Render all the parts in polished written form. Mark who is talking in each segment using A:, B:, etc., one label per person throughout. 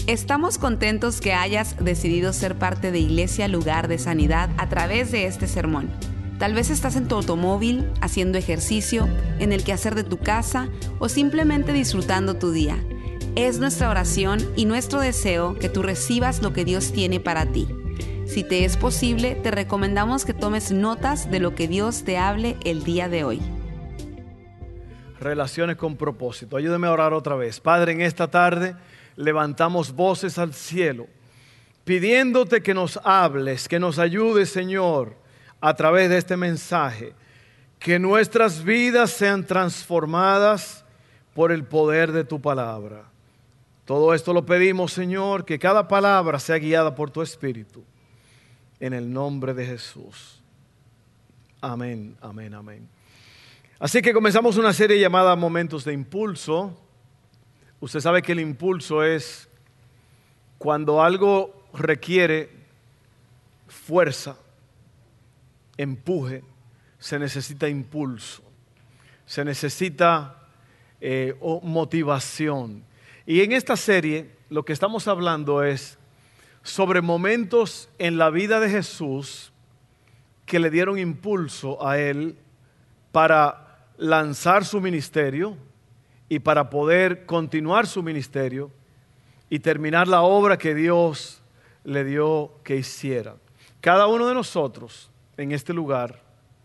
A: Estamos contentos que hayas decidido ser parte de Iglesia Lugar de Sanidad a través de este sermón. Tal vez estás en tu automóvil, haciendo ejercicio, en el quehacer de tu casa o simplemente disfrutando tu día. Es nuestra oración y nuestro deseo que tú recibas lo que Dios tiene para ti. Si te es posible, te recomendamos que tomes notas de lo que Dios te hable el día de hoy.
B: Relaciones con propósito. Ayúdeme a orar otra vez. Padre, en esta tarde levantamos voces al cielo, pidiéndote que nos hables, que nos ayudes, Señor, a través de este mensaje, que nuestras vidas sean transformadas por el poder de tu palabra. Todo esto lo pedimos, Señor, que cada palabra sea guiada por tu Espíritu. En el nombre de Jesús. Amén, amén, amén. Así que comenzamos una serie llamada Momentos de Impulso. Usted sabe que el impulso es cuando algo requiere fuerza, empuje, se necesita impulso, se necesita motivación. Y en esta serie lo que estamos hablando es sobre momentos en la vida de Jesús que le dieron impulso a Él para lanzar su ministerio y para poder continuar su ministerio y terminar la obra que Dios le dio que hiciera. Cada uno de nosotros en este lugar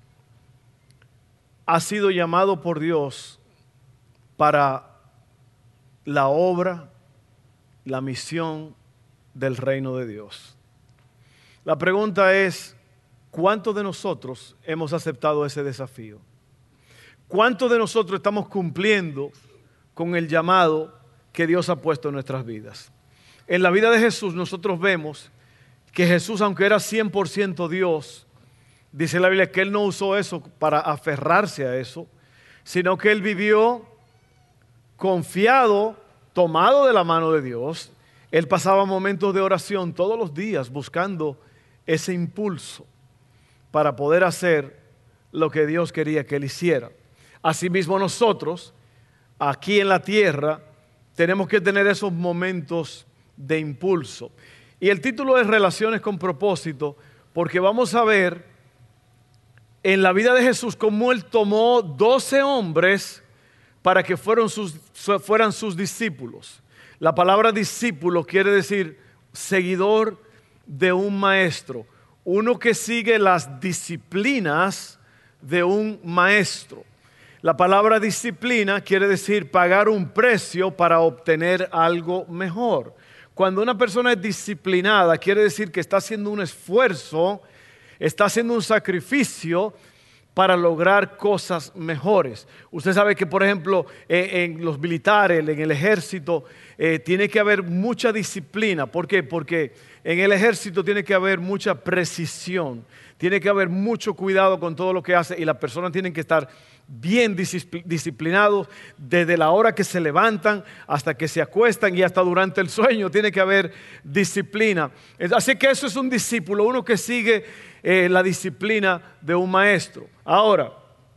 B: ha sido llamado por Dios para la obra, la misión del reino de Dios. La pregunta es, ¿cuántos de nosotros hemos aceptado ese desafío? ¿Cuántos de nosotros estamos cumpliendo con el llamado que Dios ha puesto en nuestras vidas? En la vida de Jesús nosotros vemos que Jesús, aunque era 100% Dios, dice la Biblia que Él no usó eso para aferrarse a eso, sino que Él vivió confiado, tomado de la mano de Dios. Él pasaba momentos de oración todos los días buscando ese impulso para poder hacer lo que Dios quería que Él hiciera. Asimismo nosotros, aquí en la tierra, tenemos que tener esos momentos de impulso. Y el título es Relaciones con propósito, porque vamos a ver en la vida de Jesús cómo Él tomó 12 hombres para que fueran sus discípulos. La palabra discípulo quiere decir seguidor de un maestro, uno que sigue las disciplinas de un maestro. La palabra disciplina quiere decir pagar un precio para obtener algo mejor. Cuando una persona es disciplinada, quiere decir que está haciendo un esfuerzo, está haciendo un sacrificio para lograr cosas mejores. Usted sabe que, por ejemplo, en los militares, en el ejército, tiene que haber mucha disciplina. ¿Por qué? Porque en el ejército tiene que haber mucha precisión, tiene que haber mucho cuidado con todo lo que hace y las personas tienen que estar bien disciplinados desde la hora que se levantan hasta que se acuestan y hasta durante el sueño tiene que haber disciplina. Así que eso es un discípulo, uno que sigue la disciplina de un maestro. Ahora,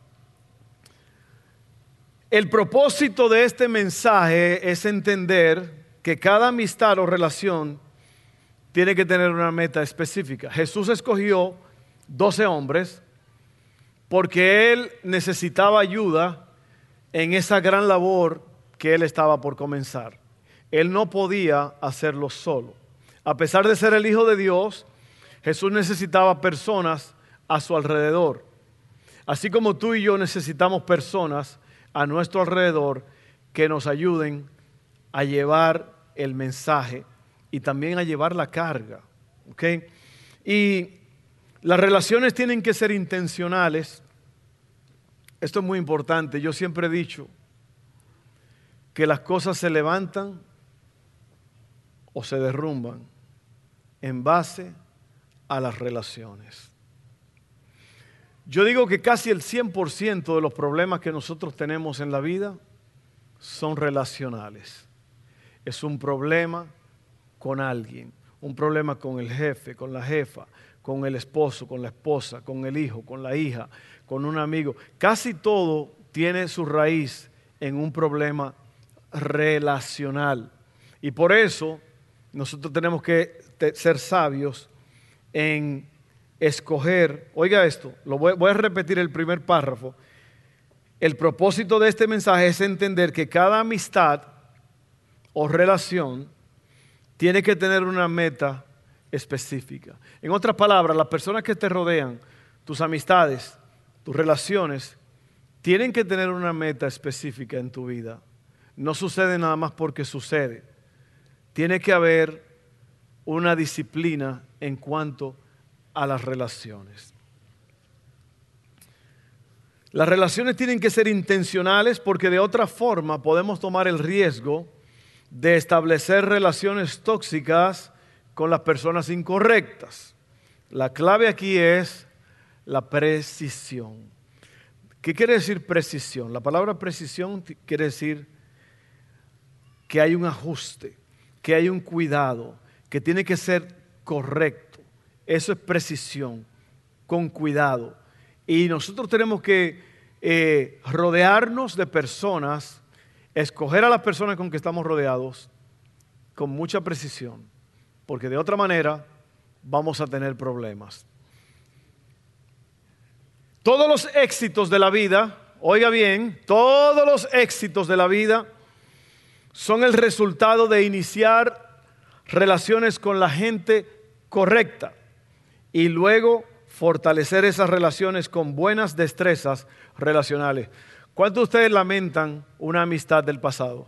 B: el propósito de este mensaje es entender que cada amistad o relación tiene que tener una meta específica. Jesús escogió 12 hombres porque Él necesitaba ayuda en esa gran labor que Él estaba por comenzar. Él no podía hacerlo solo. A pesar de ser el Hijo de Dios, Jesús necesitaba personas a su alrededor. Así como tú y yo necesitamos personas a nuestro alrededor que nos ayuden a llevar el mensaje y también a llevar la carga. ¿Okay? Y las relaciones tienen que ser intencionales. Esto es muy importante. Yo siempre he dicho que las cosas se levantan o se derrumban en base a las relaciones. Yo digo que casi el 100% de los problemas que nosotros tenemos en la vida son relacionales. Es un problema con alguien, un problema con el jefe, con la jefa, con el esposo, con la esposa, con el hijo, con la hija, con un amigo. Casi todo tiene su raíz en un problema relacional. Y por eso nosotros tenemos que ser sabios en escoger. Oiga esto, voy a repetir el primer párrafo. El propósito de este mensaje es entender que cada amistad o relación tiene que tener una meta específica. En otras palabras, las personas que te rodean, tus amistades, tus relaciones, tienen que tener una meta específica en tu vida. No sucede nada más porque sucede. Tiene que haber una disciplina en cuanto a las relaciones. Las relaciones tienen que ser intencionales porque de otra forma podemos tomar el riesgo de establecer relaciones tóxicas con las personas incorrectas. La clave aquí es la precisión. ¿Qué quiere decir precisión? La palabra precisión quiere decir que hay un ajuste, que hay un cuidado, que tiene que ser correcto. Eso es precisión, con cuidado. Y nosotros tenemos que rodearnos de personas, escoger a las personas con que estamos rodeados con mucha precisión, porque de otra manera vamos a tener problemas. Todos los éxitos de la vida, oiga bien, todos los éxitos de la vida son el resultado de iniciar relaciones con la gente correcta y luego fortalecer esas relaciones con buenas destrezas relacionales. ¿Cuántos de ustedes lamentan una amistad del pasado?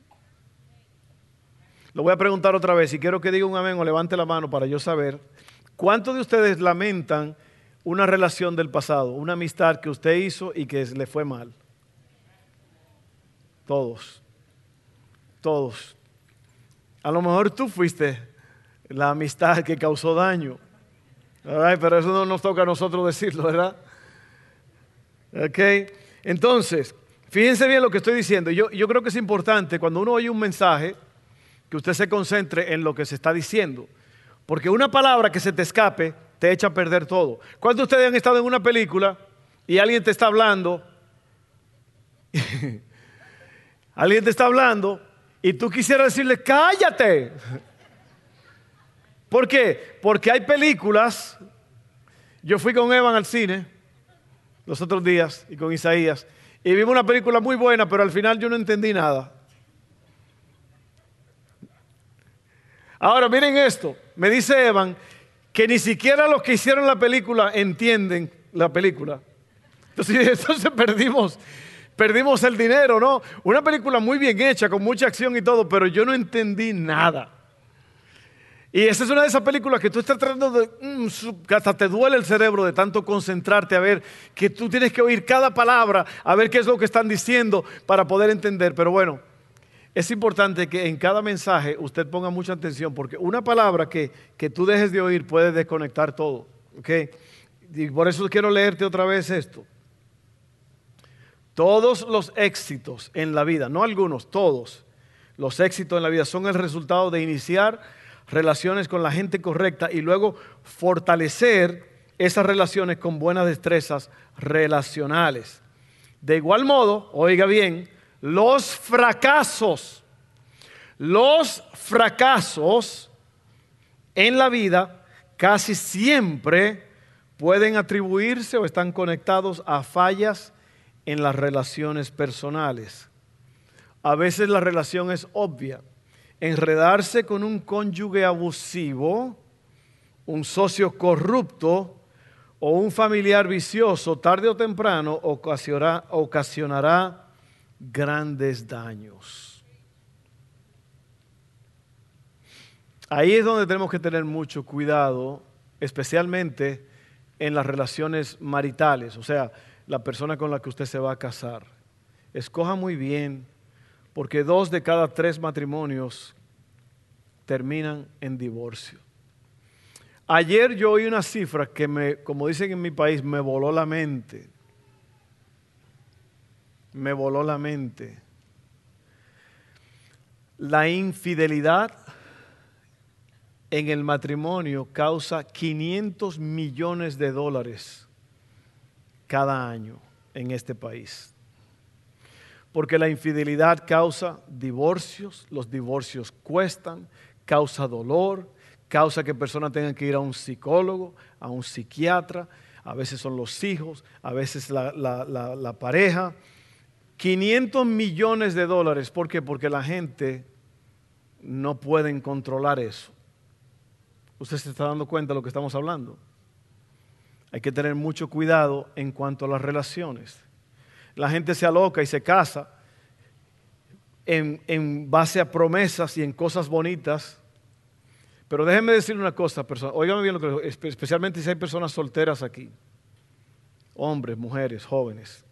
B: Lo voy a preguntar otra vez y quiero que diga un amén o levante la mano para yo saber. ¿Cuántos de ustedes lamentan una relación del pasado, una amistad que usted hizo y que le fue mal? Todos. Todos. A lo mejor tú fuiste la amistad que causó daño. Ay, pero eso no nos toca a nosotros decirlo, ¿verdad? Ok. Entonces, fíjense bien lo que estoy diciendo. Yo creo que es importante cuando uno oye un mensaje que usted se concentre en lo que se está diciendo. Porque una palabra que se te escape te echa a perder todo. ¿Cuántos de ustedes han estado en una película y alguien te está hablando? Alguien te está hablando y tú quisieras decirle, ¡cállate! ¿Por qué? Porque hay películas. Yo fui con Evan al cine los otros días y con Isaías y vimos una película muy buena, pero al final yo no entendí nada. Ahora miren esto, me dice Evan que ni siquiera los que hicieron la película entienden la película. Entonces perdimos el dinero, ¿no? Una película muy bien hecha, con mucha acción y todo, pero yo no entendí nada. Y esa es una de esas películas que tú estás tratando de, que hasta te duele el cerebro de tanto concentrarte a ver, que tú tienes que oír cada palabra, a ver qué es lo que están diciendo para poder entender. Pero bueno, es importante que en cada mensaje usted ponga mucha atención, porque una palabra que tú dejes de oír puede desconectar todo. ¿Okay? Y por eso quiero leerte otra vez esto. Todos los éxitos en la vida, no algunos, todos los éxitos en la vida son el resultado de iniciar relaciones con la gente correcta y luego fortalecer esas relaciones con buenas destrezas relacionales. De igual modo, oiga bien, los fracasos en la vida casi siempre pueden atribuirse o están conectados a fallas en las relaciones personales. A veces la relación es obvia. Enredarse con un cónyuge abusivo, un socio corrupto o un familiar vicioso, tarde o temprano ocasionará grandes daños. Ahí es donde tenemos que tener mucho cuidado, especialmente en las relaciones maritales, o sea, la persona con la que usted se va a casar. Escoja muy bien, porque 2 de cada 3 matrimonios terminan en divorcio. Ayer yo oí una cifra que como dicen en mi país, me voló la mente. Me voló la mente. La infidelidad en el matrimonio causa $500 millones cada año en este país. Porque la infidelidad causa divorcios, los divorcios cuestan, causa dolor, causa que personas tengan que ir a un psicólogo, a un psiquiatra, a veces son los hijos, a veces la pareja. 500 millones de dólares, ¿por qué? Porque la gente no puede controlar eso. ¿Usted se está dando cuenta de lo que estamos hablando? Hay que tener mucho cuidado en cuanto a las relaciones. La gente se aloca y se casa en base a promesas y en cosas bonitas. Pero déjenme decir una cosa, óigame bien lo que digo, especialmente si hay personas solteras aquí, hombres, mujeres, jóvenes.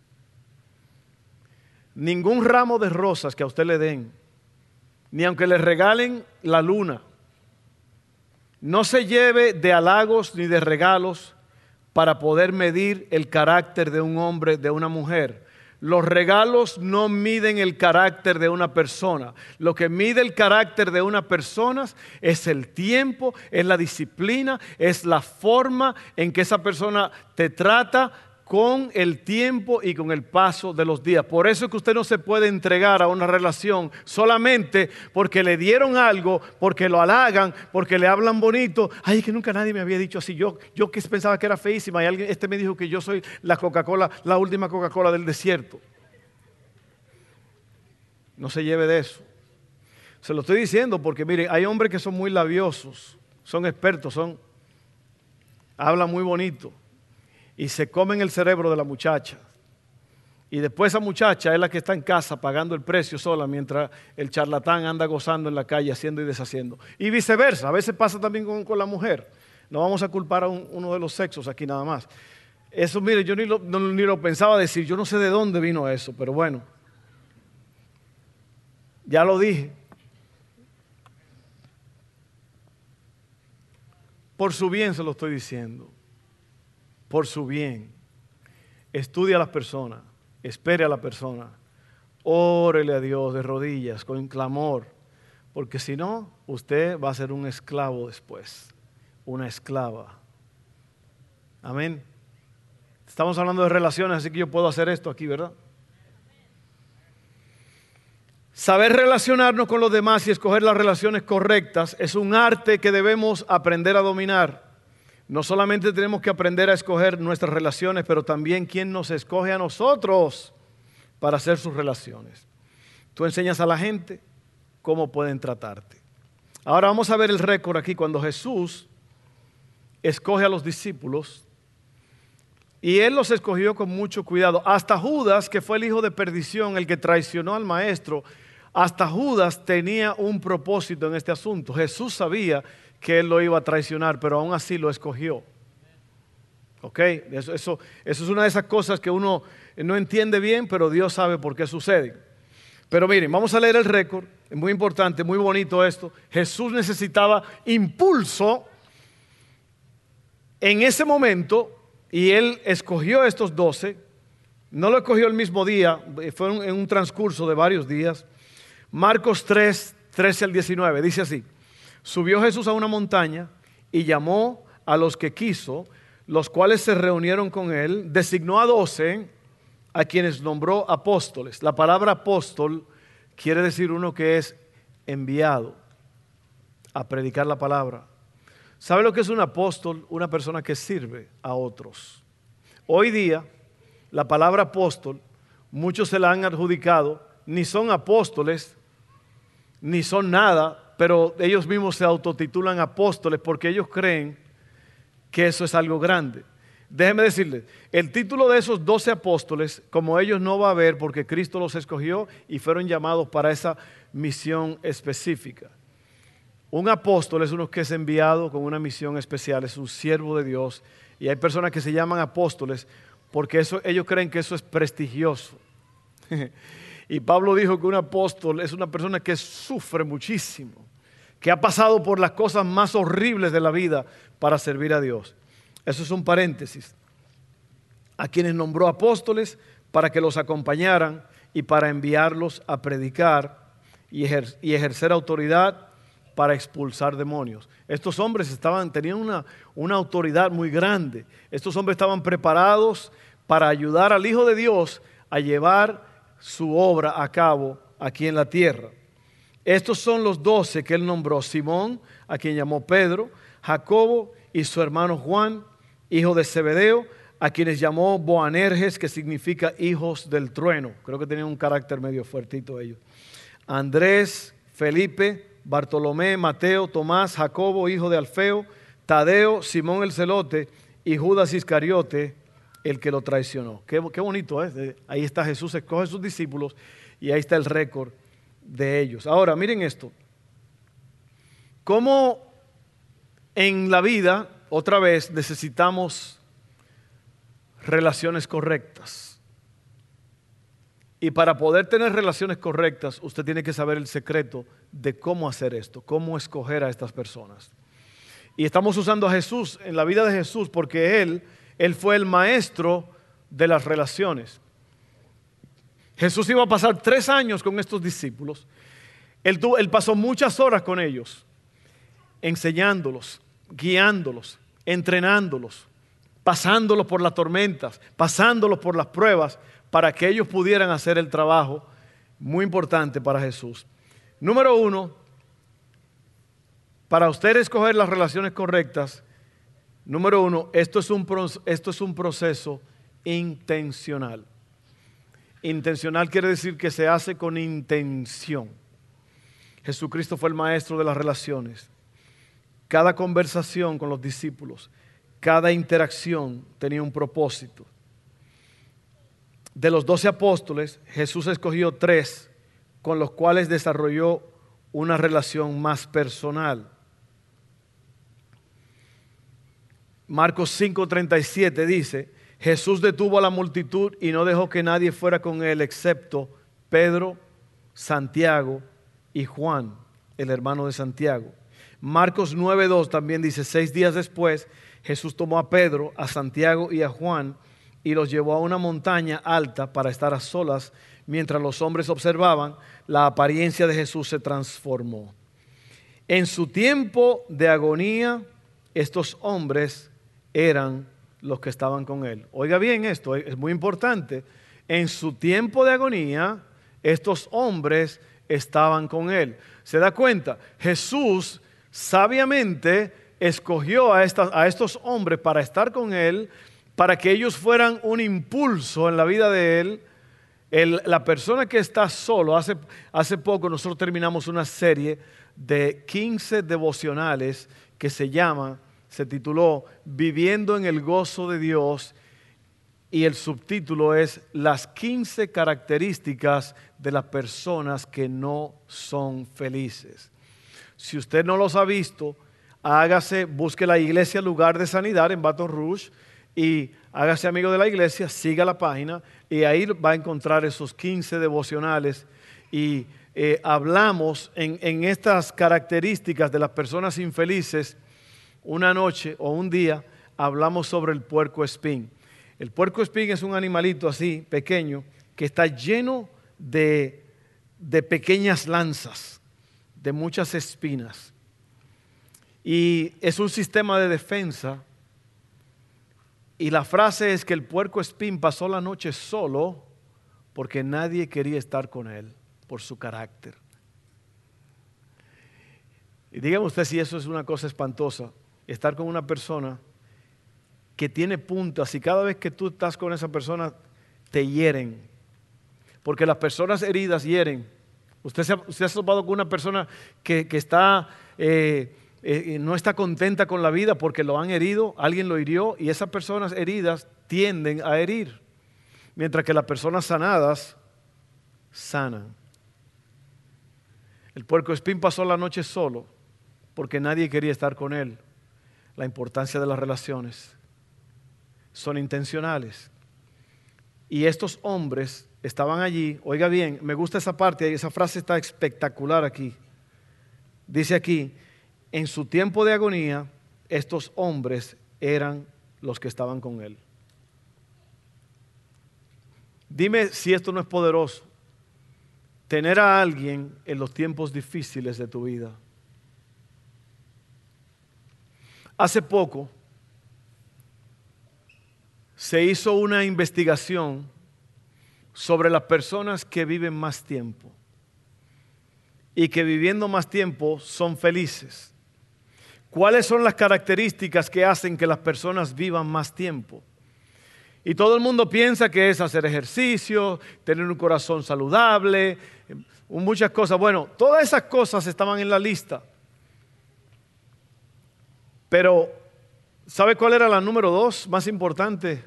B: Ningún ramo de rosas que a usted le den, ni aunque le regalen la luna, no se lleve de halagos ni de regalos para poder medir el carácter de un hombre, de una mujer. Los regalos no miden el carácter de una persona. Lo que mide el carácter de una persona es el tiempo, es la disciplina, es la forma en que esa persona te trata con el tiempo y con el paso de los días. Por eso es que usted no se puede entregar a una relación solamente porque le dieron algo, porque lo halagan, porque le hablan bonito. Ay, es que nunca nadie me había dicho así. Yo que pensaba que era feísima y alguien, me dijo que yo soy la Coca-Cola, la última Coca-Cola del desierto. No se lleve de eso. Se lo estoy diciendo porque, mire, hay hombres que son muy labiosos, son expertos, hablan muy bonito. Y se comen el cerebro de la muchacha. Y después esa muchacha es la que está en casa pagando el precio sola mientras el charlatán anda gozando en la calle haciendo y deshaciendo. Y viceversa, a veces pasa también con la mujer. No vamos a culpar a uno de los sexos aquí nada más. Eso, mire, yo ni lo pensaba decir, yo no sé de dónde vino eso, pero bueno. Ya lo dije. Por su bien se lo estoy diciendo. Por su bien. Estudie a las personas, espere a la persona, órele a Dios de rodillas, con clamor, porque si no, usted va a ser un esclavo después, una esclava. Amén. Estamos hablando de relaciones, así que yo puedo hacer esto aquí, ¿verdad? Saber relacionarnos con los demás y escoger las relaciones correctas es un arte que debemos aprender a dominar. No solamente tenemos que aprender a escoger nuestras relaciones, pero también quién nos escoge a nosotros para hacer sus relaciones. Tú enseñas a la gente cómo pueden tratarte. Ahora vamos a ver el récord aquí cuando Jesús escoge a los discípulos y Él los escogió con mucho cuidado. Hasta Judas, que fue el hijo de perdición, el que traicionó al maestro, hasta Judas tenía un propósito en este asunto. Jesús sabía que Él lo iba a traicionar, pero aún así lo escogió. ¿Ok? Eso es una de esas cosas que uno no entiende bien, pero Dios sabe por qué sucede. Pero miren, vamos a leer el récord. Es muy importante, muy bonito esto. Jesús necesitaba impulso en ese momento y Él escogió a estos 12. No lo escogió el mismo día, fue en un transcurso de varios días. Marcos 3, 13 al 19, dice así. Subió Jesús a una montaña y llamó a los que quiso, los cuales se reunieron con él, designó a 12 a quienes nombró apóstoles. La palabra apóstol quiere decir uno que es enviado a predicar la palabra. ¿Sabe lo que es un apóstol? Una persona que sirve a otros. Hoy día, la palabra apóstol, muchos se la han adjudicado, ni son apóstoles, ni son nada, pero ellos mismos se autotitulan apóstoles porque ellos creen que eso es algo grande. Déjenme decirles, el título de esos 12 apóstoles, como ellos no va a haber porque Cristo los escogió y fueron llamados para esa misión específica. Un apóstol es uno que es enviado con una misión especial, es un siervo de Dios y hay personas que se llaman apóstoles porque ellos creen que eso es prestigioso. Y Pablo dijo que un apóstol es una persona que sufre muchísimo, que ha pasado por las cosas más horribles de la vida para servir a Dios. Eso es un paréntesis. A quienes nombró apóstoles para que los acompañaran y para enviarlos a predicar y ejercer autoridad para expulsar demonios. Estos hombres tenían una autoridad muy grande. Estos hombres estaban preparados para ayudar al Hijo de Dios a llevar su obra a cabo aquí en la tierra. Estos son los 12 que él nombró: Simón, a quien llamó Pedro, Jacobo y su hermano Juan, hijo de Zebedeo, a quienes llamó Boanerges, que significa hijos del trueno. Creo que tenían un carácter medio fuertito ellos. Andrés, Felipe, Bartolomé, Mateo, Tomás, Jacobo, hijo de Alfeo, Tadeo, Simón el Celote y Judas Iscariote, el que lo traicionó. Qué bonito, ¿eh? Ahí está Jesús, escoge a sus discípulos y ahí está el récord de ellos. Ahora, miren esto. ¿Cómo en la vida, otra vez, necesitamos relaciones correctas? Y para poder tener relaciones correctas, usted tiene que saber el secreto de cómo hacer esto, cómo escoger a estas personas. Y estamos usando a Jesús en la vida de Jesús porque Él fue el maestro de las relaciones. Jesús iba a pasar 3 años con estos discípulos. Él pasó muchas horas con ellos, enseñándolos, guiándolos, entrenándolos, pasándolos por las tormentas, pasándolos por las pruebas, para que ellos pudieran hacer el trabajo muy importante para Jesús. Número 1, para usted escoger las relaciones correctas, número 1, esto es un proceso intencional. Intencional quiere decir que se hace con intención. Jesucristo fue el maestro de las relaciones. Cada conversación con los discípulos, cada interacción tenía un propósito. De los 12 apóstoles, Jesús escogió 3 con los cuales desarrolló una relación más personal. Marcos 5:37 dice: Jesús detuvo a la multitud y no dejó que nadie fuera con él excepto Pedro, Santiago y Juan, el hermano de Santiago. Marcos 9:2 también dice: 6 días después, Jesús tomó a Pedro, a Santiago y a Juan y los llevó a una montaña alta para estar a solas. Mientras los hombres observaban, la apariencia de Jesús se transformó. En su tiempo de agonía, estos hombres eran los que estaban con él. Oiga bien esto, es muy importante. En su tiempo de agonía, estos hombres estaban con él. ¿Se da cuenta? Jesús sabiamente escogió a estos hombres para estar con él, para que ellos fueran un impulso en la vida de él. La persona que está solo, hace poco nosotros terminamos una serie de 15 devocionales que se tituló Viviendo en el Gozo de Dios, y el subtítulo es Las 15 características de las personas que no son felices. Si usted no los ha visto, busque la iglesia Lugar de Sanidad en Baton Rouge y hágase amigo de la iglesia, siga la página y ahí va a encontrar esos 15 devocionales y hablamos en estas características de las personas infelices. Una noche o un día hablamos sobre el puercoespín. El puercoespín es un animalito así, pequeño, que está lleno de pequeñas lanzas, de muchas espinas. Y es un sistema de defensa. Y la frase es que el puercoespín pasó la noche solo porque nadie quería estar con él por su carácter. Y dígame usted si eso es una cosa espantosa, estar con una persona que tiene puntas y cada vez que tú estás con esa persona te hieren. Porque las personas heridas hieren. Usted se ha topado con una persona que está... no está contenta con la vida porque lo han herido, alguien lo hirió y esas personas heridas tienden a herir, mientras que las personas sanadas sanan. El puercoespín pasó la noche solo porque nadie quería estar con él. La importancia de las relaciones son intencionales. Y estos hombres estaban allí, oiga bien, me gusta esa parte, esa frase está espectacular aquí. Dice aquí: en su tiempo de agonía, estos hombres eran los que estaban con él. Dime si esto no es poderoso. Tener a alguien en los tiempos difíciles de tu vida. Hace poco se hizo una investigación sobre las personas que viven más tiempo. y que viviendo más tiempo son felices. ¿Cuáles son las características que hacen que las personas vivan más tiempo? Y todo el mundo piensa que es hacer ejercicio, tener un corazón saludable, muchas cosas. Bueno, todas esas cosas estaban en la lista. Pero, ¿sabe cuál era la número 2 más importante?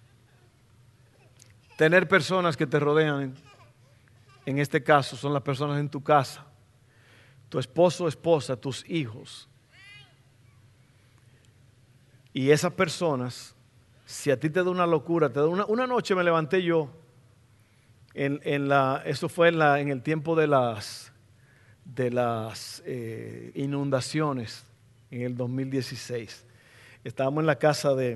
B: Tener personas que te rodean. En este caso son las personas en tu casa, tu esposo, esposa, tus hijos. Y esas personas, si a ti te da una locura, te da una noche me levanté yo, eso fue en el tiempo de las inundaciones, en el 2016. Estábamos en la casa de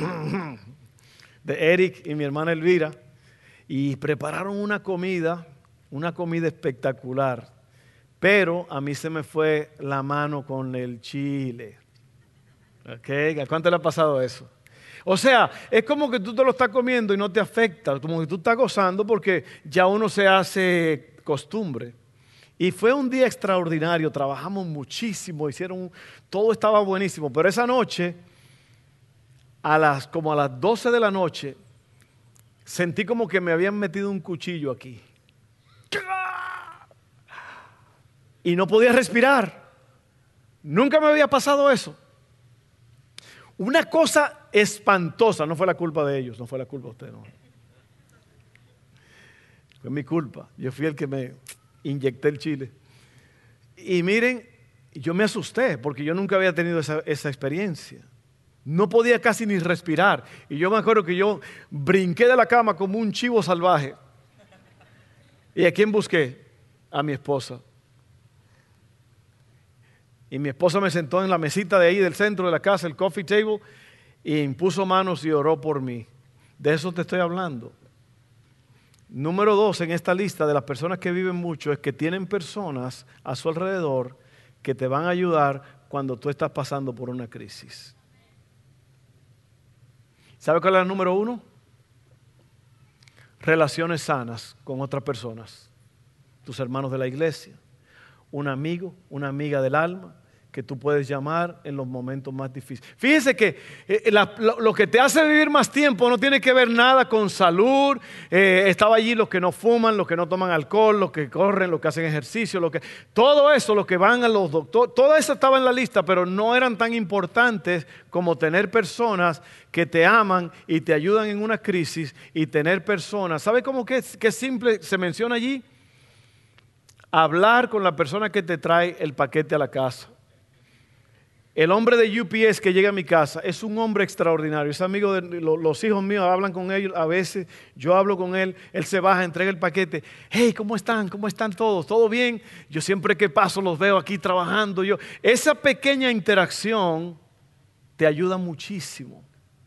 B: Eric y mi hermana Elvira, y prepararon una comida espectacular, pero a mí se me fue la mano con el chile. ¿Okay? ¿A cuánto le ha pasado eso? O sea, es como que tú te lo estás comiendo y no te afecta, como que tú estás gozando porque ya uno se hace costumbre. Y fue un día extraordinario, trabajamos muchísimo, todo estaba buenísimo, pero esa noche, como a las 12 de la noche, sentí como que me habían metido un cuchillo aquí. Y no podía respirar. Nunca me había pasado eso. Una cosa espantosa, no fue la culpa de ellos, no fue la culpa de usted, no. Fue mi culpa. Yo fui el que me inyecté el chile. Y miren, yo me asusté porque yo nunca había tenido esa experiencia. No podía casi ni respirar. Y yo me acuerdo que yo brinqué de la cama como un chivo salvaje. ¿Y a quién busqué? A mi esposa. Y mi esposa me sentó en la mesita de ahí del centro de la casa, el coffee table, y impuso manos y oró por mí. De eso te estoy hablando. Número 2 en esta lista de las personas que viven mucho es que tienen personas a su alrededor que te van a ayudar cuando tú estás pasando por una crisis. ¿Sabe cuál es el número 1? Relaciones sanas con otras personas. Tus hermanos de la iglesia. Un amigo, una amiga del alma que tú puedes llamar en los momentos más difíciles. Fíjense que lo que te hace vivir más tiempo no tiene que ver nada con salud. Estaba allí los que no fuman, los que no toman alcohol, los que corren, los que hacen ejercicio, todo eso, los que van a los doctores, todo eso estaba en la lista, pero no eran tan importantes como tener personas que te aman y te ayudan en una crisis y tener personas. ¿Sabe cómo que simple se menciona allí? Hablar con la persona que te trae el paquete a la casa. El hombre de UPS que llega a mi casa es un hombre extraordinario. Es amigo de los hijos míos, hablan con él a veces. Yo hablo con él, él se baja, entrega el paquete. Hey, ¿cómo están? ¿Cómo están todos? ¿Todo bien? Yo siempre que paso los veo aquí trabajando. Esa pequeña interacción te ayuda muchísimo.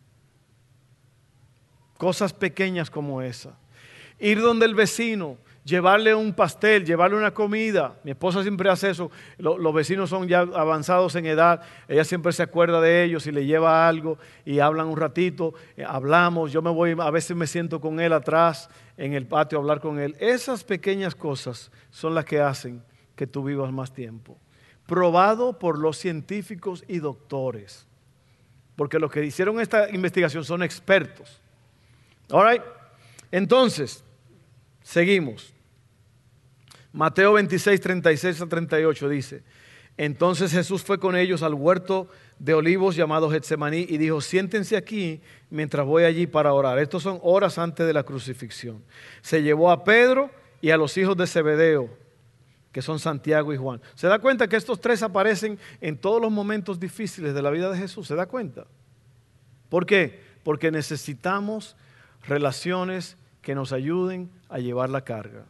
B: Cosas pequeñas como esa. Ir donde el vecino, llevarle un pastel, llevarle una comida. Mi esposa siempre hace eso. Los vecinos son ya avanzados en edad. Ella siempre se acuerda de ellos y le lleva algo y hablan un ratito. Hablamos. Yo me voy, a veces me siento con él atrás en el patio a hablar con él. Esas pequeñas cosas son las que hacen que tú vivas más tiempo. Probado por los científicos y doctores. Porque los que hicieron esta investigación son expertos. All right. Entonces, seguimos. Mateo 26, 36 a 38 dice: entonces Jesús fue con ellos al huerto de olivos llamado Getsemaní y dijo: siéntense aquí mientras voy allí para orar. Estos son horas antes de la crucifixión. Se llevó a Pedro y a los hijos de Zebedeo, que son Santiago y Juan. ¿Se da cuenta que estos tres aparecen en todos los momentos difíciles de la vida de Jesús? ¿Se da cuenta? ¿Por qué? Porque necesitamos relaciones que nos ayuden a llevar la carga.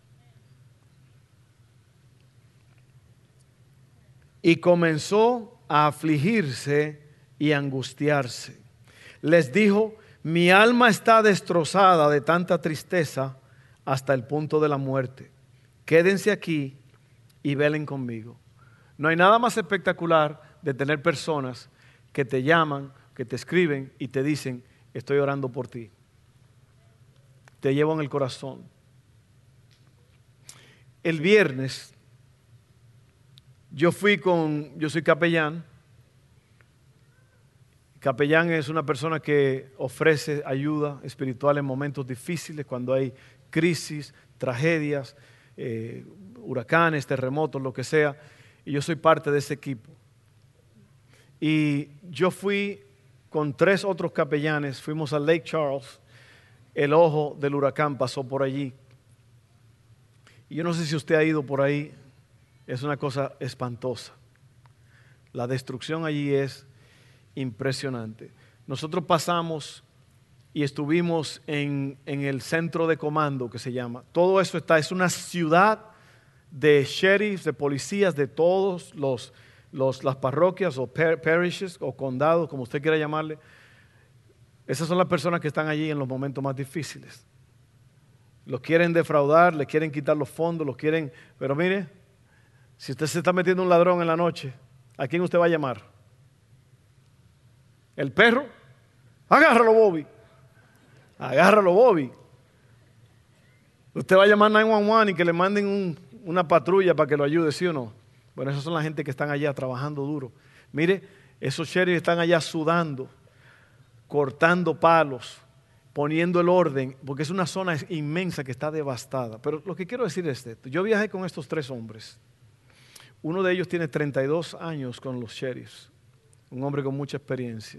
B: Y comenzó a afligirse y angustiarse. Les dijo: mi alma está destrozada de tanta tristeza hasta el punto de la muerte. Quédense aquí y velen conmigo. No hay nada más espectacular de tener personas que te llaman, que te escriben y te dicen: estoy orando por ti. Te llevo en el corazón. El viernes Yo soy capellán. Capellán es una persona que ofrece ayuda espiritual en momentos difíciles, cuando hay crisis, tragedias, huracanes, terremotos, lo que sea. Y yo soy parte de ese equipo. Y yo fui con 3 otros capellanes, fuimos a Lake Charles. El ojo del huracán pasó por allí. Y yo no sé si usted ha ido por ahí, es una cosa espantosa. La destrucción allí es impresionante. Nosotros pasamos y estuvimos en el centro de comando que se llama. Todo eso es una ciudad de sheriffs, de policías de todos las parroquias o parishes o condados, como usted quiera llamarle. Esas son las personas que están allí en los momentos más difíciles. Los quieren defraudar, le quieren quitar los fondos, los quieren... Pero mire, si usted se está metiendo un ladrón en la noche, ¿a quién usted va a llamar? ¿El perro? Agárralo, Bobby. Agárralo, Bobby. Usted va a llamar 911 y que le manden una patrulla para que lo ayude, ¿sí o no? Bueno, esas son la gente que están allá trabajando duro. Mire, esos sheriffs están allá sudando, cortando palos, poniendo el orden, porque es una zona inmensa que está devastada. Pero lo que quiero decir es esto. Yo viajé con estos 3 hombres. Uno de ellos tiene 32 años con los sheriffs. Un hombre con mucha experiencia.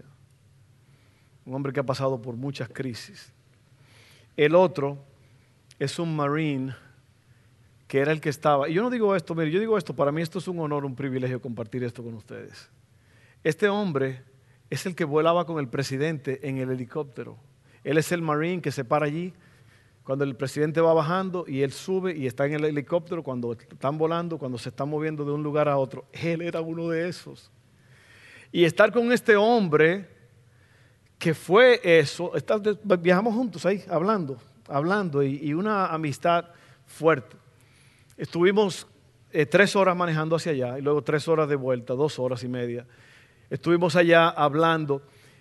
B: Un hombre que ha pasado por muchas crisis. El otro es un Marine que era el que estaba. Y yo no digo esto, mire, yo digo esto, para mí esto es un honor, un privilegio compartir esto con ustedes. Este hombre es el que volaba con el presidente en el helicóptero. Él es el Marine que se para allí cuando el presidente va bajando y él sube y está en el helicóptero cuando están volando, cuando se están moviendo de un lugar a otro. Él era uno de esos. Y estar con este hombre que fue eso, viajamos juntos ahí hablando y una amistad fuerte. Estuvimos 3 horas manejando hacia allá y luego 3 horas de vuelta, 2 horas y media. Estuvimos allá hablando.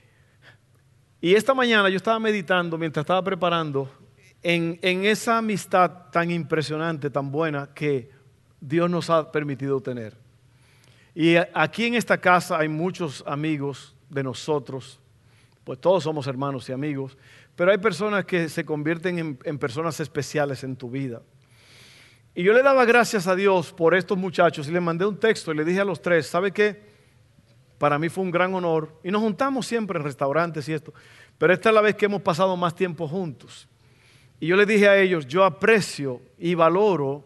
B: Y esta mañana yo estaba meditando mientras estaba preparando en esa amistad tan impresionante, tan buena que Dios nos ha permitido tener. Y aquí en esta casa hay muchos amigos de nosotros, pues todos somos hermanos y amigos, pero hay personas que se convierten en personas especiales en tu vida. Y yo le daba gracias a Dios por estos muchachos y les mandé un texto y le dije a los 3, ¿sabe qué? Para mí fue un gran honor y nos juntamos siempre en restaurantes y esto, pero esta es la vez que hemos pasado más tiempo juntos. Y yo les dije a ellos, yo aprecio y valoro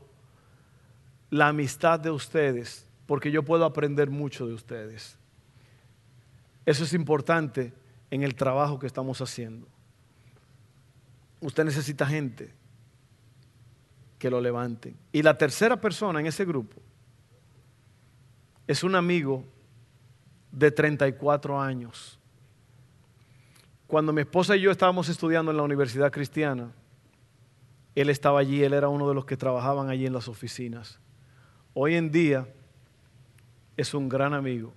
B: la amistad de ustedes porque yo puedo aprender mucho de ustedes. Eso es importante en el trabajo que estamos haciendo. Usted necesita gente que lo levanten. Y la tercera persona en ese grupo es un amigo de 34 años. Cuando mi esposa y yo estábamos estudiando en la Universidad Cristiana, él estaba allí, él era uno de los que trabajaban allí en las oficinas. Hoy en día es un gran amigo.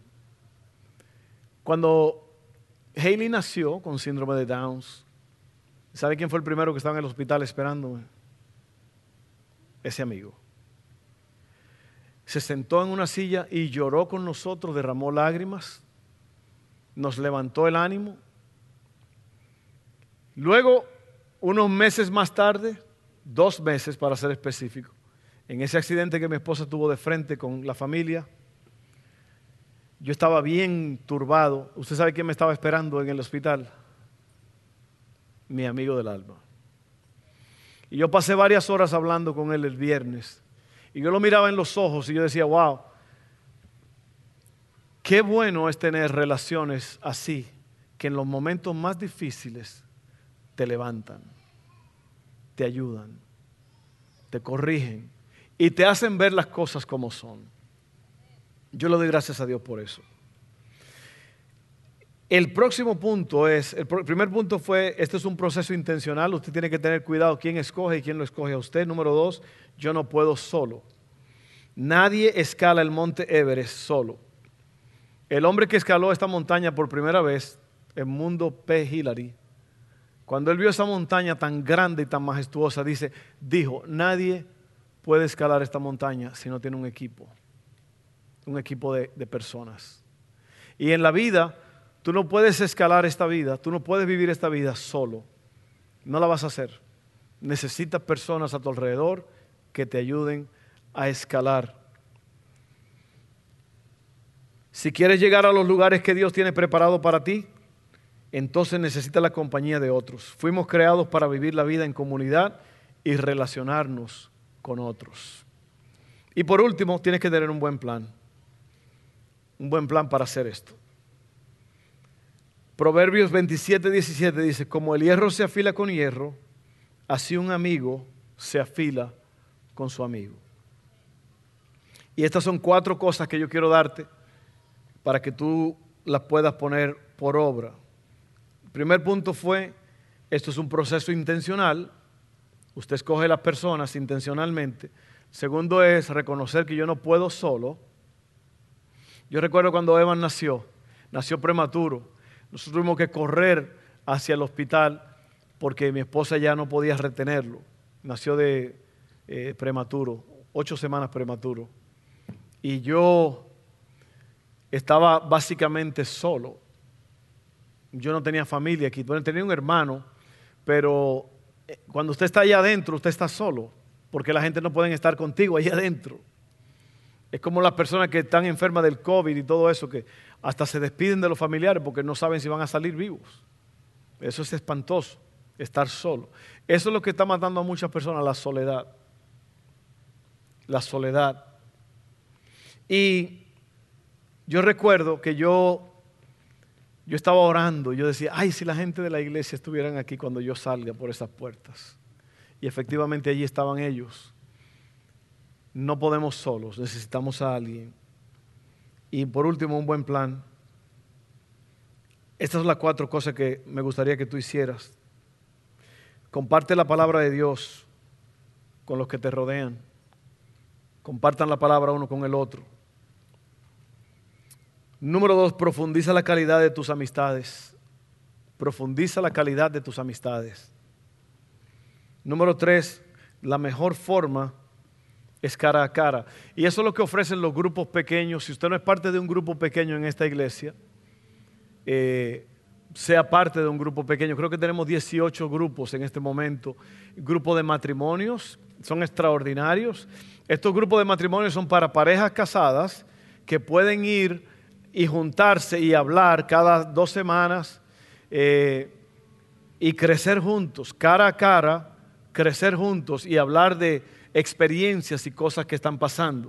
B: Cuando Hailey nació con síndrome de Down, ¿sabe quién fue el primero que estaba en el hospital esperándome? Ese amigo. Se sentó en una silla y lloró con nosotros, derramó lágrimas, nos levantó el ánimo. Luego, unos meses más tarde, 2 meses para ser específico, en ese accidente que mi esposa tuvo de frente con la familia, yo estaba bien turbado. ¿Usted sabe quién me estaba esperando en el hospital? Mi amigo del alma. Y yo pasé varias horas hablando con él el viernes. Y yo lo miraba en los ojos y yo decía, wow, qué bueno es tener relaciones así, que en los momentos más difíciles te levantan, te ayudan, te corrigen y te hacen ver las cosas como son. Yo le doy gracias a Dios por eso. El próximo punto es, el primer punto fue, este es un proceso intencional, usted tiene que tener cuidado quién escoge y quién lo escoge a usted. Número 2, yo no puedo solo. Nadie escala el monte Everest solo. El hombre que escaló esta montaña por primera vez, Edmund P. Hillary, cuando él vio esa montaña tan grande y tan majestuosa, dijo, nadie puede escalar esta montaña si no tiene un equipo. un equipo de personas. Y en la vida, tú no puedes escalar esta vida, tú no puedes vivir esta vida solo. No la vas a hacer. Necesitas personas a tu alrededor que te ayuden a escalar. Si quieres llegar a los lugares que Dios tiene preparado para ti, entonces necesitas la compañía de otros. Fuimos creados para vivir la vida en comunidad y relacionarnos con otros. Y por último, tienes que tener un buen plan. Un buen plan para hacer esto. Proverbios 27:17 dice, como el hierro se afila con hierro, así un amigo se afila con su amigo. Y estas son 4 cosas que yo quiero darte para que tú las puedas poner por obra. El primer punto fue, esto es un proceso intencional. Usted escoge las personas intencionalmente. Segundo es reconocer que yo no puedo solo. Yo recuerdo cuando Evan nació prematuro. Nosotros tuvimos que correr hacia el hospital porque mi esposa ya no podía retenerlo. Nació de prematuro, 8 semanas prematuro. Y yo estaba básicamente solo. Yo no tenía familia aquí. Bueno, tenía un hermano, pero cuando usted está allá adentro, usted está solo, porque la gente no puede estar contigo allá adentro. Es como las personas que están enfermas del COVID y todo eso, que hasta se despiden de los familiares porque no saben si van a salir vivos. Eso es espantoso, estar solo. Eso es lo que está matando a muchas personas, la soledad. La soledad. Y yo recuerdo que yo estaba orando, yo decía, ay, si la gente de la iglesia estuvieran aquí cuando yo salga por esas puertas. Y efectivamente allí estaban ellos. No podemos solos, necesitamos a alguien. Y por último, un buen plan. Estas son las 4 cosas que me gustaría que tú hicieras. Comparte la palabra de Dios con los que te rodean. Compartan la palabra uno con el otro. Número 2, profundiza la calidad de tus amistades. Profundiza la calidad de tus amistades. Número 3, la mejor forma es cara a cara. Y eso es lo que ofrecen los grupos pequeños. Si usted no es parte de un grupo pequeño en esta iglesia, sea parte de un grupo pequeño. Creo que tenemos 18 grupos en este momento. Grupo de matrimonios, son extraordinarios. Estos grupos de matrimonios son para parejas casadas que pueden ir y juntarse y hablar cada 2 semanas y crecer juntos, cara a cara, crecer juntos y hablar de experiencias y cosas que están pasando.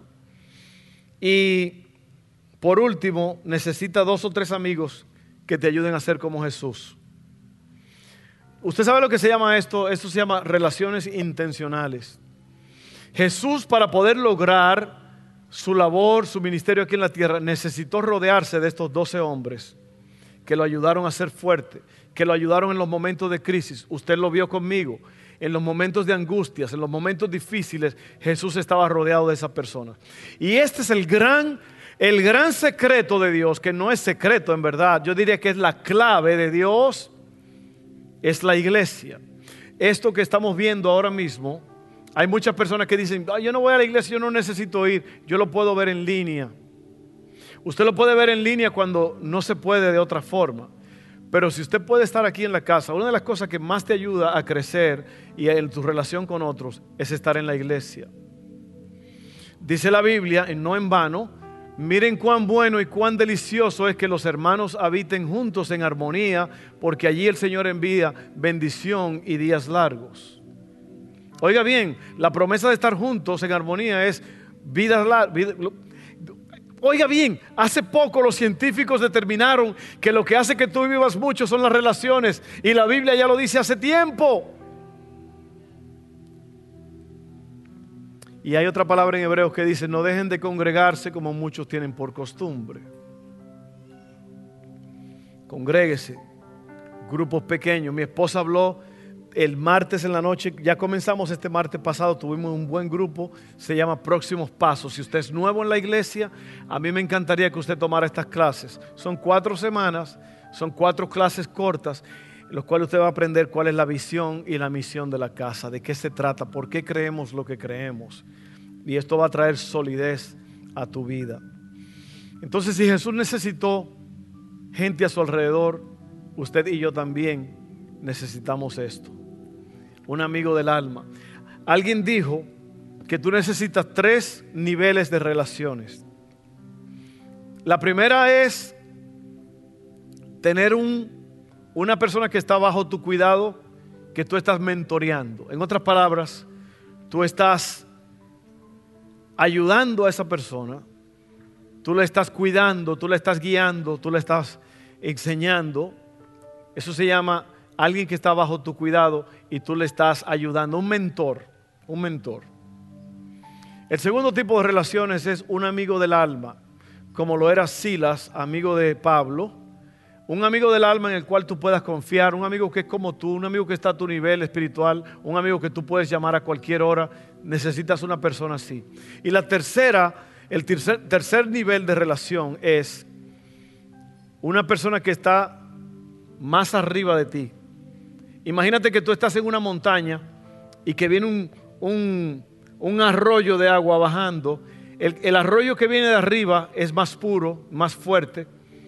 B: Y por último, necesita 2 o 3 amigos que te ayuden a ser como Jesús. ¿Usted sabe lo que se llama esto? Esto se llama relaciones intencionales. Jesús, para poder lograr su labor, su ministerio aquí en la tierra, necesitó rodearse de estos 12 hombres que lo ayudaron a ser fuerte, que lo ayudaron en los momentos de crisis. Usted lo vio conmigo. En los momentos de angustias, en los momentos difíciles, Jesús estaba rodeado de esas personas. Y este es el gran secreto de Dios, que no es secreto en verdad. Yo diría que es la clave de Dios, es la iglesia. Esto que estamos viendo ahora mismo, hay muchas personas que dicen, yo no voy a la iglesia, yo no necesito ir, yo lo puedo ver en línea. Usted lo puede ver en línea cuando no se puede de otra forma. Pero si usted puede estar aquí en la casa, una de las cosas que más te ayuda a crecer y en tu relación con otros es estar en la iglesia. Dice la Biblia, no en vano, miren cuán bueno y cuán delicioso es que los hermanos habiten juntos en armonía, porque allí el Señor envía bendición y días largos. Oiga bien, la promesa de estar juntos en armonía es vidas largas. Oiga bien, hace poco los científicos determinaron que lo que hace que tú vivas mucho son las relaciones, y la Biblia ya lo dice hace tiempo. Y hay otra palabra en Hebreos que dice, no dejen de congregarse como muchos tienen por costumbre. Congréguese, grupos pequeños. Mi esposa habló el martes en la noche, ya comenzamos este martes pasado, tuvimos un buen grupo, se llama Próximos Pasos. Si usted es nuevo en la iglesia, a mí me encantaría que usted tomara estas clases. Son 4 semanas, son 4 clases cortas, en las cuales usted va a aprender cuál es la visión y la misión de la casa, de qué se trata, por qué creemos lo que creemos. Y esto va a traer solidez a tu vida. Entonces, si Jesús necesitó gente a su alrededor, usted y yo también necesitamos esto. Un amigo del alma. Alguien dijo que tú necesitas 3 niveles de relaciones. La primera es tener una persona que está bajo tu cuidado, que tú estás mentoreando. En otras palabras, tú estás ayudando a esa persona, tú la estás cuidando, tú la estás guiando, tú la estás enseñando. Eso se llama alguien que está bajo tu cuidado y tú le estás ayudando. Un mentor. El segundo tipo de relaciones es un amigo del alma, como lo era Silas, amigo de Pablo. Un amigo del alma en el cual tú puedas confiar, un amigo que es como tú, un amigo que está a tu nivel espiritual, un amigo que tú puedes llamar a cualquier hora. Necesitas una persona así. Y el tercer nivel de relación es una persona que está más arriba de ti. Imagínate que tú estás en una montaña y que viene un arroyo de agua bajando. El arroyo que viene de arriba es más puro, más fuerte.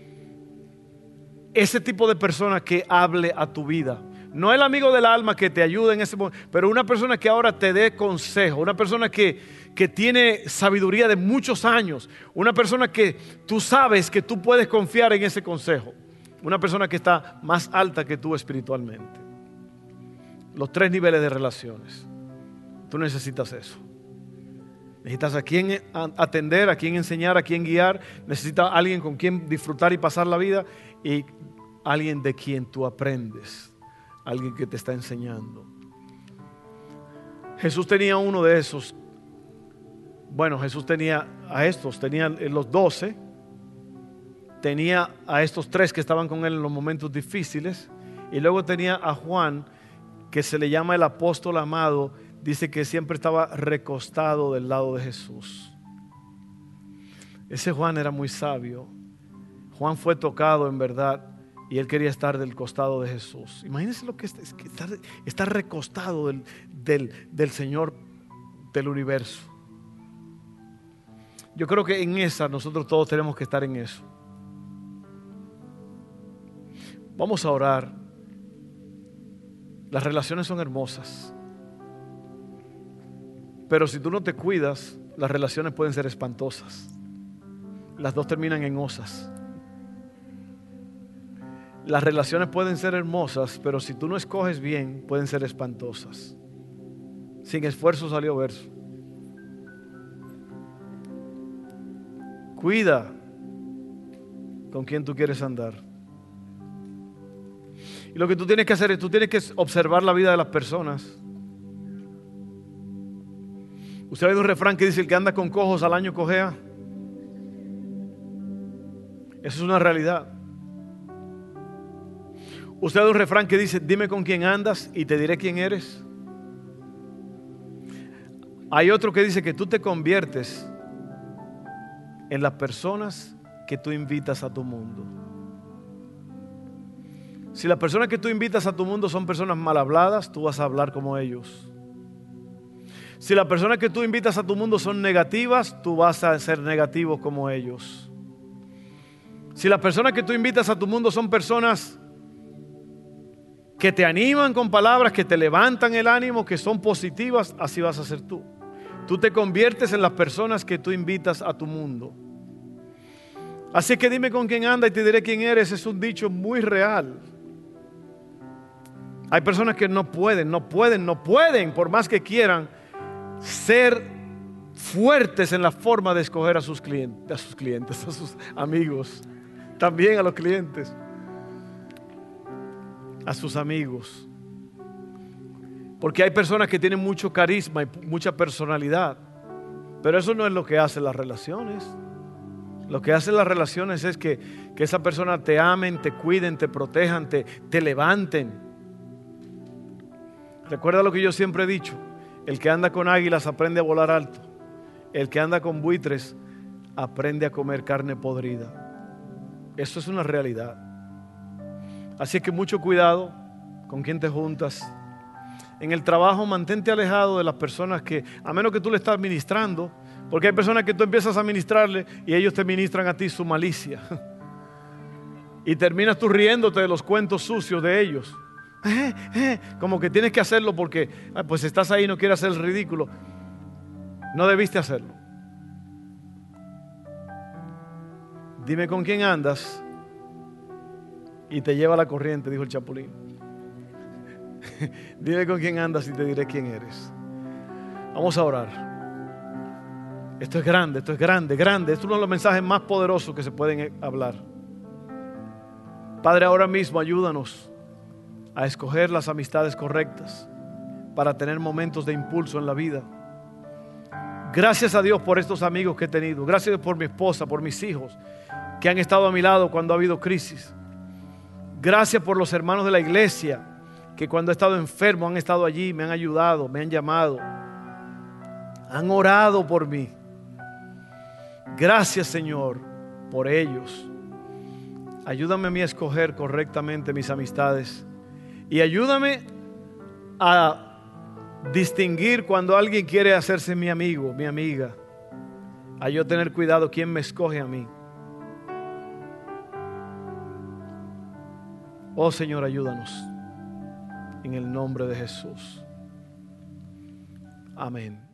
B: Ese tipo de persona que hable a tu vida. No el amigo del alma que te ayude en ese momento, pero una persona que ahora te dé consejo, una persona que tiene sabiduría de muchos años, una persona que tú sabes que tú puedes confiar en ese consejo, una persona que está más alta que tú espiritualmente. Los 3 niveles de relaciones. Tú necesitas eso. Necesitas a quien atender, a quien enseñar, a quien guiar. Necesitas a alguien con quien disfrutar y pasar la vida y alguien de quien tú aprendes, alguien que te está enseñando. Jesús tenía uno de esos. Bueno, Jesús tenía a estos, tenía los 12, tenía a estos 3 que estaban con él en los momentos difíciles, y luego tenía a Juan, que se le llama el apóstol amado. Dice que siempre estaba recostado del lado de Jesús. Ese Juan era muy sabio. Juan fue tocado en verdad y él quería estar del costado de Jesús. Imagínense lo que es estar recostado del Señor del universo. Yo creo que en esa nosotros todos tenemos que estar en eso. Vamos a orar. Las relaciones son hermosas. Pero si tú no te cuidas, las relaciones pueden ser espantosas. Las dos terminan en osas. Las relaciones pueden ser hermosas, pero si tú no escoges bien, pueden ser espantosas. Sin esfuerzo salió verso. Cuida con quién tú quieres andar. Y lo que tú tienes que hacer es, tú tienes que observar la vida de las personas. ¿Usted ha oído un refrán que dice: el que anda con cojos al año cojea? Eso es una realidad. ¿Usted ha oído un refrán que dice: dime con quién andas y te diré quién eres? Hay otro que dice que tú te conviertes en las personas que tú invitas a tu mundo. Si las personas que tú invitas a tu mundo son personas mal habladas, tú vas a hablar como ellos. Si las personas que tú invitas a tu mundo son negativas, tú vas a ser negativo como ellos. Si las personas que tú invitas a tu mundo son personas que te animan con palabras, que te levantan el ánimo, que son positivas, así vas a ser tú. Tú te conviertes en las personas que tú invitas a tu mundo. Así que dime con quién anda y te diré quién eres. Es un dicho muy real. Hay personas que no pueden, por más que quieran, ser fuertes en la forma de escoger a sus clientes, a sus amigos, también a los clientes, a sus amigos. Porque hay personas que tienen mucho carisma y mucha personalidad, pero eso no es lo que hacen las relaciones. Lo que hacen las relaciones es que esa persona te amen, te cuiden, te protejan, te levanten. Recuerda lo que yo siempre he dicho: el que anda con águilas aprende a volar alto. El que anda con buitres aprende a comer carne podrida. Eso es una realidad. Así que mucho cuidado con quién te juntas. En el trabajo mantente alejado de las personas que, a menos que tú le estás ministrando, Porque hay personas que tú empiezas a ministrarle y ellos te ministran a ti su malicia. Y terminas tú riéndote de los cuentos sucios de ellos. Como que tienes que hacerlo porque pues estás ahí y no quieres hacer el ridículo. No debiste hacerlo. Dime con quién andas y te lleva la corriente, dijo el Chapulín. Dime con quién andas y te diré quién eres. Vamos a orar. Esto es grande, esto es grande, grande. Esto es uno de los mensajes más poderosos que se pueden hablar. Padre, ahora mismo ayúdanos a escoger las amistades correctas para tener momentos de impulso en la vida. Gracias a Dios por estos amigos que he tenido. Gracias por mi esposa, por mis hijos que han estado a mi lado cuando ha habido crisis. Gracias por los hermanos de la iglesia que cuando he estado enfermo han estado allí, me han ayudado, me han llamado, han orado por mí. Gracias, Señor, por ellos. Ayúdame a mí a escoger correctamente mis amistades y ayúdame a distinguir cuando alguien quiere hacerse mi amigo, mi amiga, a yo tener cuidado quién me escoge a mí. Oh Señor, ayúdanos en el nombre de Jesús. Amén.